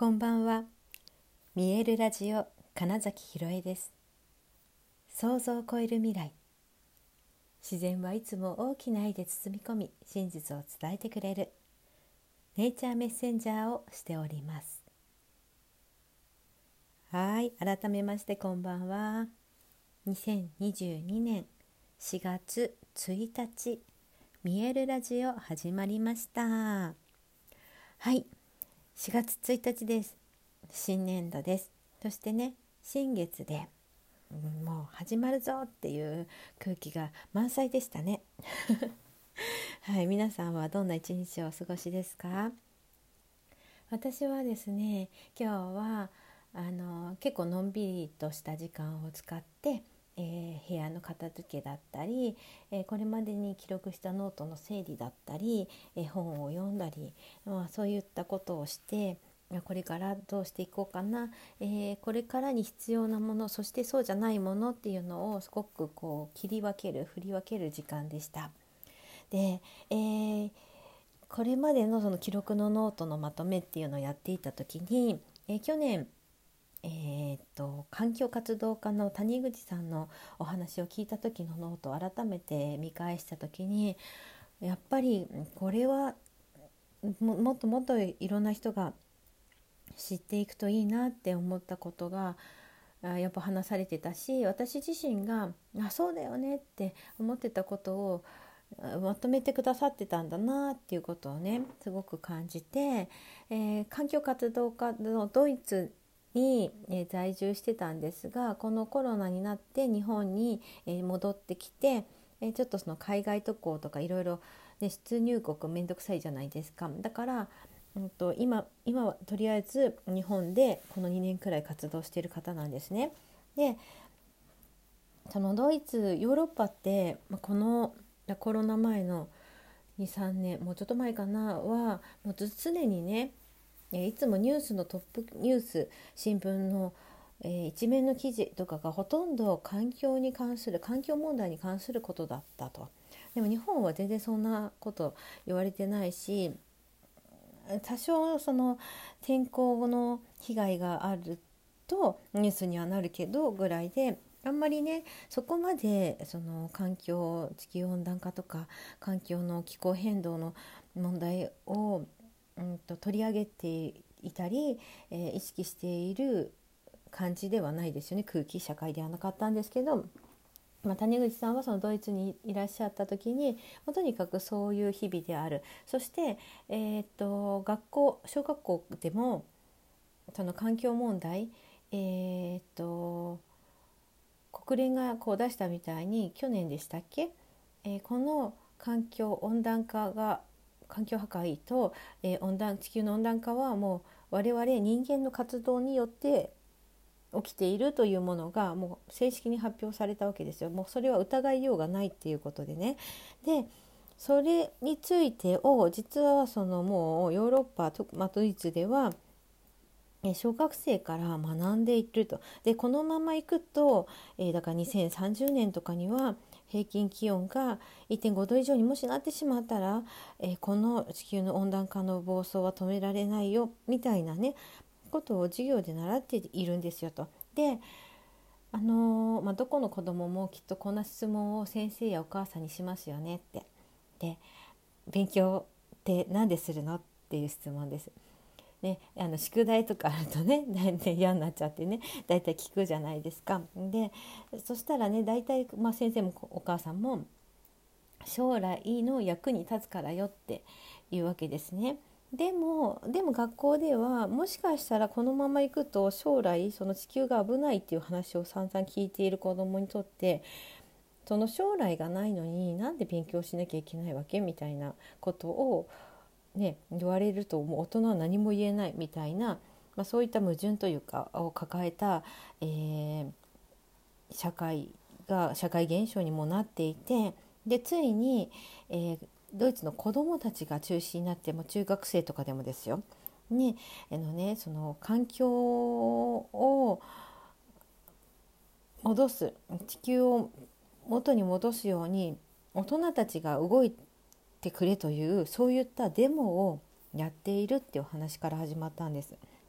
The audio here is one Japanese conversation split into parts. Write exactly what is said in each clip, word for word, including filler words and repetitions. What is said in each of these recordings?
こんばんは。見えるラジオ金崎ひろえです。想像を超える未来。自然はいつも大きな愛で包み込み、真実を伝えてくれるネイチャーメッセンジャーをしております。はい、改めましてこんばんは。にせんにじゅうにねんしがつついたち、見えるラジオ始まりました。はい、しがつついたちです。新年度です。そしてね、新月でもう始まるぞっていう空気が満載でしたねはい、皆さんはどんな一日をお過ごしですか？私はですね、今日はあの結構のんびりとした時間を使って、えー部屋の片付けだったり、えーこれまでに記録したノートの整理だったり、えー本を読んだり、まあ、そういったことをして、これからどうしていこうかな、えーこれからに必要なもの、そしてそうじゃないものっていうのをすごくこう切り分ける振り分ける時間でした。で、えーこれまでのその記録のノートのまとめっていうのをやっていた時に、えー去年えーっと環境活動家の谷口さんのお話を聞いた時のノートを改めて見返した時に、やっぱりこれは も, もっともっといろんな人が知っていくといいなって思ったことがやっぱ話されてたし、私自身があそうだよねって思ってたことをまとめてくださってたんだなっていうことをねすごく感じて、えー環境活動家のドイツに、えー在住してたんですが、このコロナになって日本に、えー戻ってきて、えーちょっとその海外渡航とかいろいろ、ね、出入国めんどくさいじゃないですか。だからうんと今、今はとりあえず日本でこのにねんくらい活動している方なんですね。で、そのドイツ、ヨーロッパって、まあこのコロナ前のに、さんねん、もうちょっと前かなはもう常にね、いつもニュースのトップニュース、新聞の、えー一面の記事とかがほとんど環境に関する環境問題に関することだったと。でも日本は全然そんなこと言われてないし、多少その天候の被害があるとニュースにはなるけどぐらいで、あんまりねそこまでその環境地球温暖化とか環境の気候変動の問題を、うん、と取り上げていたり、えー意識している感じではないですよね。空気社会ではなかったんですけど、まあ、谷口さんはそのドイツにいらっしゃった時に、まあとにかくそういう日々である。そして、えーっと学校小学校でもその環境問題、えーっと国連がこう出したみたいに去年でしたっけ、えーこの環境温暖化が環境破壊と、えー温暖地球の温暖化はもう我々人間の活動によって起きているというものがもう正式に発表されたわけですよ。もうそれは疑いようがないっていうことでね。でそれについてを実はそのもうヨーロッパと、まあ、ドイツではえ小学生から学んでいると。でこのままいくと、えーだからにせんさんじゅうねんとかには平均気温がいってんごど以上にもしなってしまったら、えーこの地球の温暖化の暴走は止められないよみたいなねことを授業で習っているんですよと。であのーまあ、どこの子どももきっとこんな質問を先生やお母さんにしますよねって。で勉強って何でするのっていう質問です。ね、あの宿題とかあるとね大体嫌になっちゃってね大体聞くじゃないですか。でそしたらね大体、まあ、先生もお母さんも将来の役に立つからよっていうわけですね。でもでも学校ではもしかしたらこのままいくと将来その地球が危ないっていう話を散々聞いている子どもにとって、その将来がないのになんで勉強しなきゃいけないわけみたいなことをね言われると、もう大人は何も言えないみたいな、まあ、そういった矛盾というかを抱えた、えー社会が社会現象にもなっていて、でついに、えードイツの子どもたちが中心になって、も中学生とかでもですよ、ねあのね、その環境を戻す、地球を元に戻すように大人たちが動いてくれという、そういったデモをやっているっていうお話から始まったんです。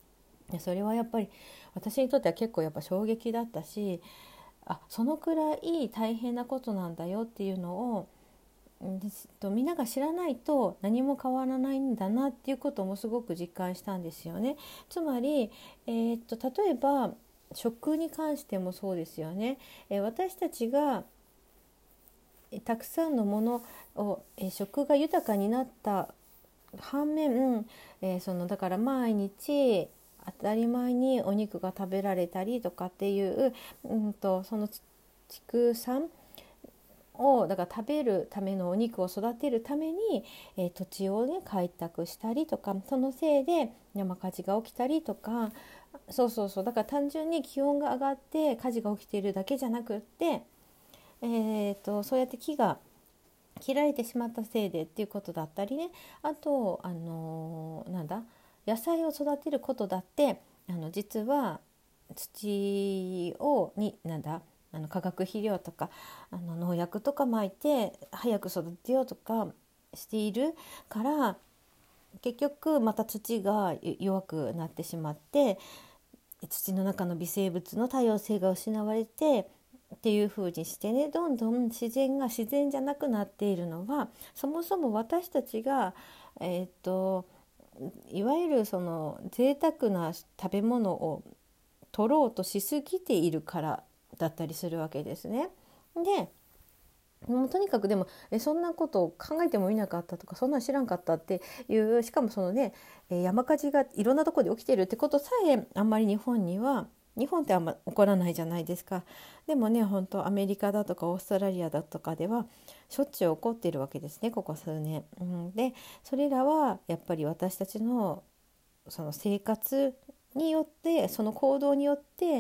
でそれはやっぱり私にとっては結構やっぱ衝撃だったし、あ、そのくらい大変なことなんだよっていうのをですとみんなが知らないと何も変わらないんだなっていうこともすごく実感したんですよね。つまり、えーっと例えば食に関してもそうですよね。えー私たちがえーたくさんのものを、えー食が豊かになった反面、えーそのだから毎日当たり前にお肉が食べられたりとかっていう、うんとその畜産をだから食べるためのお肉を育てるために、えー土地をね開拓したりとか、そのせいで山火事が起きたりとか、そうそうそう、だから単純に気温が上がって火事が起きているだけじゃなくって、えーとそうやって木が切られてしまったせいでっていうことだったりね、あとあのーなんだ野菜を育てることだって、あの実は土をになんだあの化学肥料とかあの農薬とか撒いて早く育てようとかしているから、結局また土が弱くなってしまって、土の中の微生物の多様性が失われてっていう風にしてね、どんどん自然が自然じゃなくなっているのは、そもそも私たちが、えーっといわゆるその贅沢な食べ物を取ろうとしすぎているからだったりするわけですね。でもうとにかくでもえそんなことを考えてもいなかったとか、そんなん知らんかったっていう、しかもそのねえ山火事がいろんなところで起きてるってことさえあんまり日本には日本ってあんま起こらないじゃないですか。でもね本当アメリカだとかオーストラリアだとかではしょっちゅう起こっているわけですね、ここ数年、うん、でそれらはやっぱり私たちのその生活によって、その行動によって、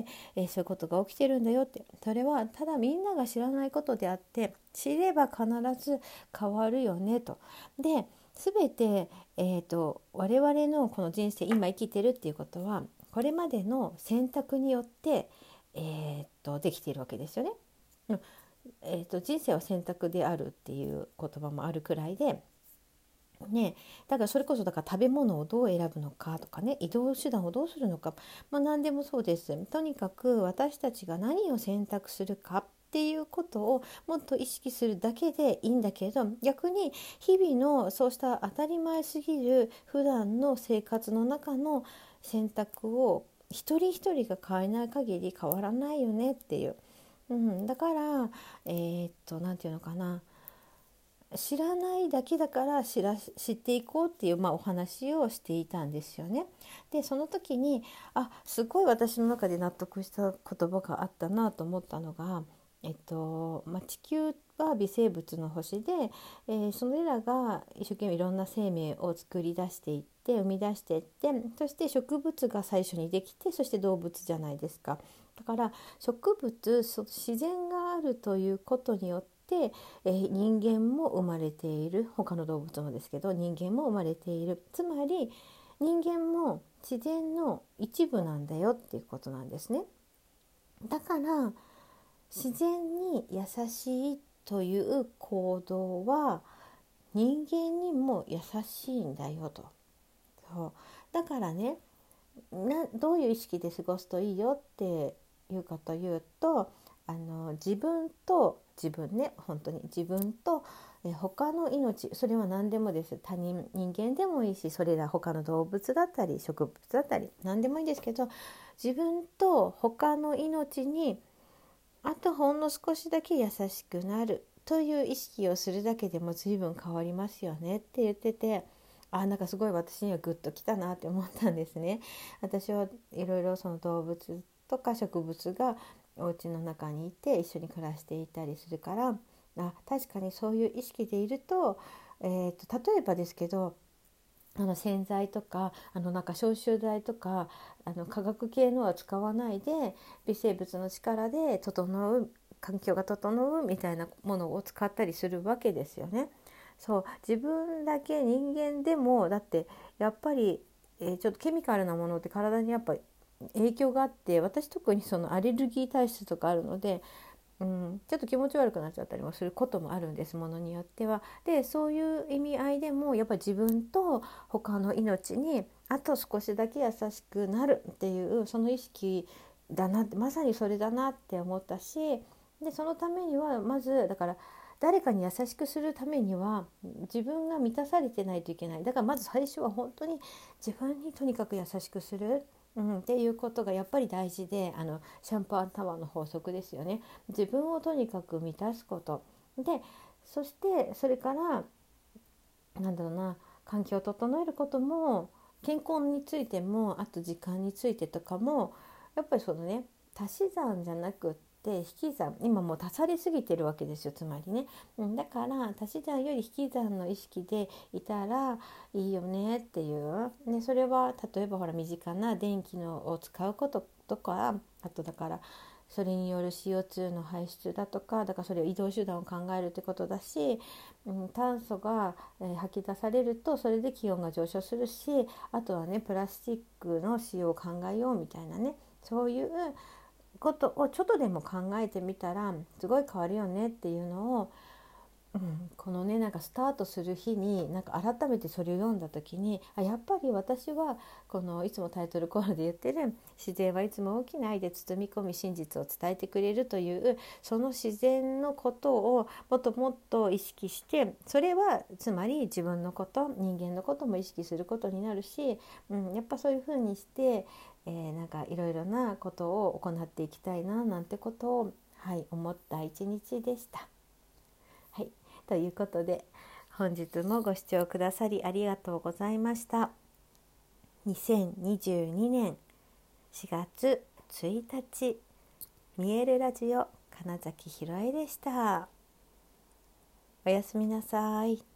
えーそういうことが起きてるんだよって、それはただみんなが知らないことであって、知れば必ず変わるよねと。で全て、えーと、我々のこの人生今生きてるっていうことはこれまでの選択によって、えーと、できているわけですよね。うんえーと、人生は選択であるっていう言葉もあるくらいでね、だからそれこそだから食べ物をどう選ぶのかとかね、移動手段をどうするのか、まあ、何でもそうです。とにかく私たちが何を選択するかっていうことをもっと意識するだけでいいんだけど、逆に日々のそうした当たり前すぎる普段の生活の中の選択を一人一人が変えない限り変わらないよねっていう、うん、だからえーっとなんていうのかな、知らないだけだから知ら知っていこうっていう、まあ、お話をしていたんですよね。でその時にあすごい私の中で納得した言葉があったなと思ったのが、えっとまあ、地球は微生物の星で、えーそれらが一生懸命いろんな生命を作り出していって生み出していって、そして植物が最初にできて、そして動物じゃないですか。だから植物自然があるということによってで、えー人間も生まれている、他の動物もですけど人間も生まれている、つまり人間も自然の一部なんだよっていうことなんですね。だから自然に優しいという行動は人間にも優しいんだよと。そうだからね、などういう意識で過ごすといいよっていうかというと、あの自分と自分ね、本当に自分とえ他の命、それは何でもです。他人人間でもいいし、それら他の動物だったり植物だったり何でもいいんですけど、自分と他の命にあとほんの少しだけ優しくなるという意識をするだけでも随分変わりますよねって言ってて、あなんかすごい私にはグッときたなって思ったんですね。私はいろいろその動物とか植物がお家の中にいて一緒に暮らしていたりするから、あ確かにそういう意識でいると、えーと例えばですけど、あの洗剤とかあのなんか消臭剤とかあの化学系のは使わないで微生物の力で整う、環境が整うみたいなものを使ったりするわけですよね。そう自分だけ人間でもだってやっぱり、えーちょっとケミカルなものって体にやっぱり影響があって、私特にそのアレルギー体質とかあるので、うん、ちょっと気持ち悪くなっちゃったりもすることもあるんです、ものによっては。でそういう意味合いでもやっぱり自分と他の命にあと少しだけ優しくなるっていうその意識だなって、まさにそれだなって思ったし、でそのためにはまずだから誰かに優しくするためには自分が満たされてないといけない。だからまず最初は本当に自分にとにかく優しくする、うん、っていうことがやっぱり大事で、あのシャンパンタワーの法則ですよね。自分をとにかく満たすことで、そしてそれからなんだろうな、環境を整えることも、健康についても、あと時間についてとかも、やっぱりそのね、足し算じゃなくって引き算、今もう足されすぎてるわけですよ、つまりね、うん、だから足し算より引き算の意識でいたらいいよねっていう、ね、それは例えばほら身近な電気のを使うこととか、あとだからそれによる シーオーツー の排出だとか、だからそれを移動手段を考えるってことだし、うん、炭素が、えー吐き出されるとそれで気温が上昇するし、あとはねプラスチックの使用を考えようみたいなね、そういうことをちょっとでも考えてみたらすごい変わるよねっていうのを、うん、このねなんかスタートする日になんか改めてそれを読んだ時に、あ、やっぱり私はこのいつもタイトルコールで言ってる自然はいつも大きな愛で包み込み真実を伝えてくれるというその自然のことをもっともっと意識して、それはつまり自分のこと人間のことも意識することになるし、うん、やっぱそういう風にして、えー、なんかいろいろなことを行っていきたいななんてことを、はい、思った一日でした。はい、ということで本日もご視聴くださりありがとうございました。にせんにじゅうにねんしがつついたち、見えるラジオ金崎ひろえでした。おやすみなさい。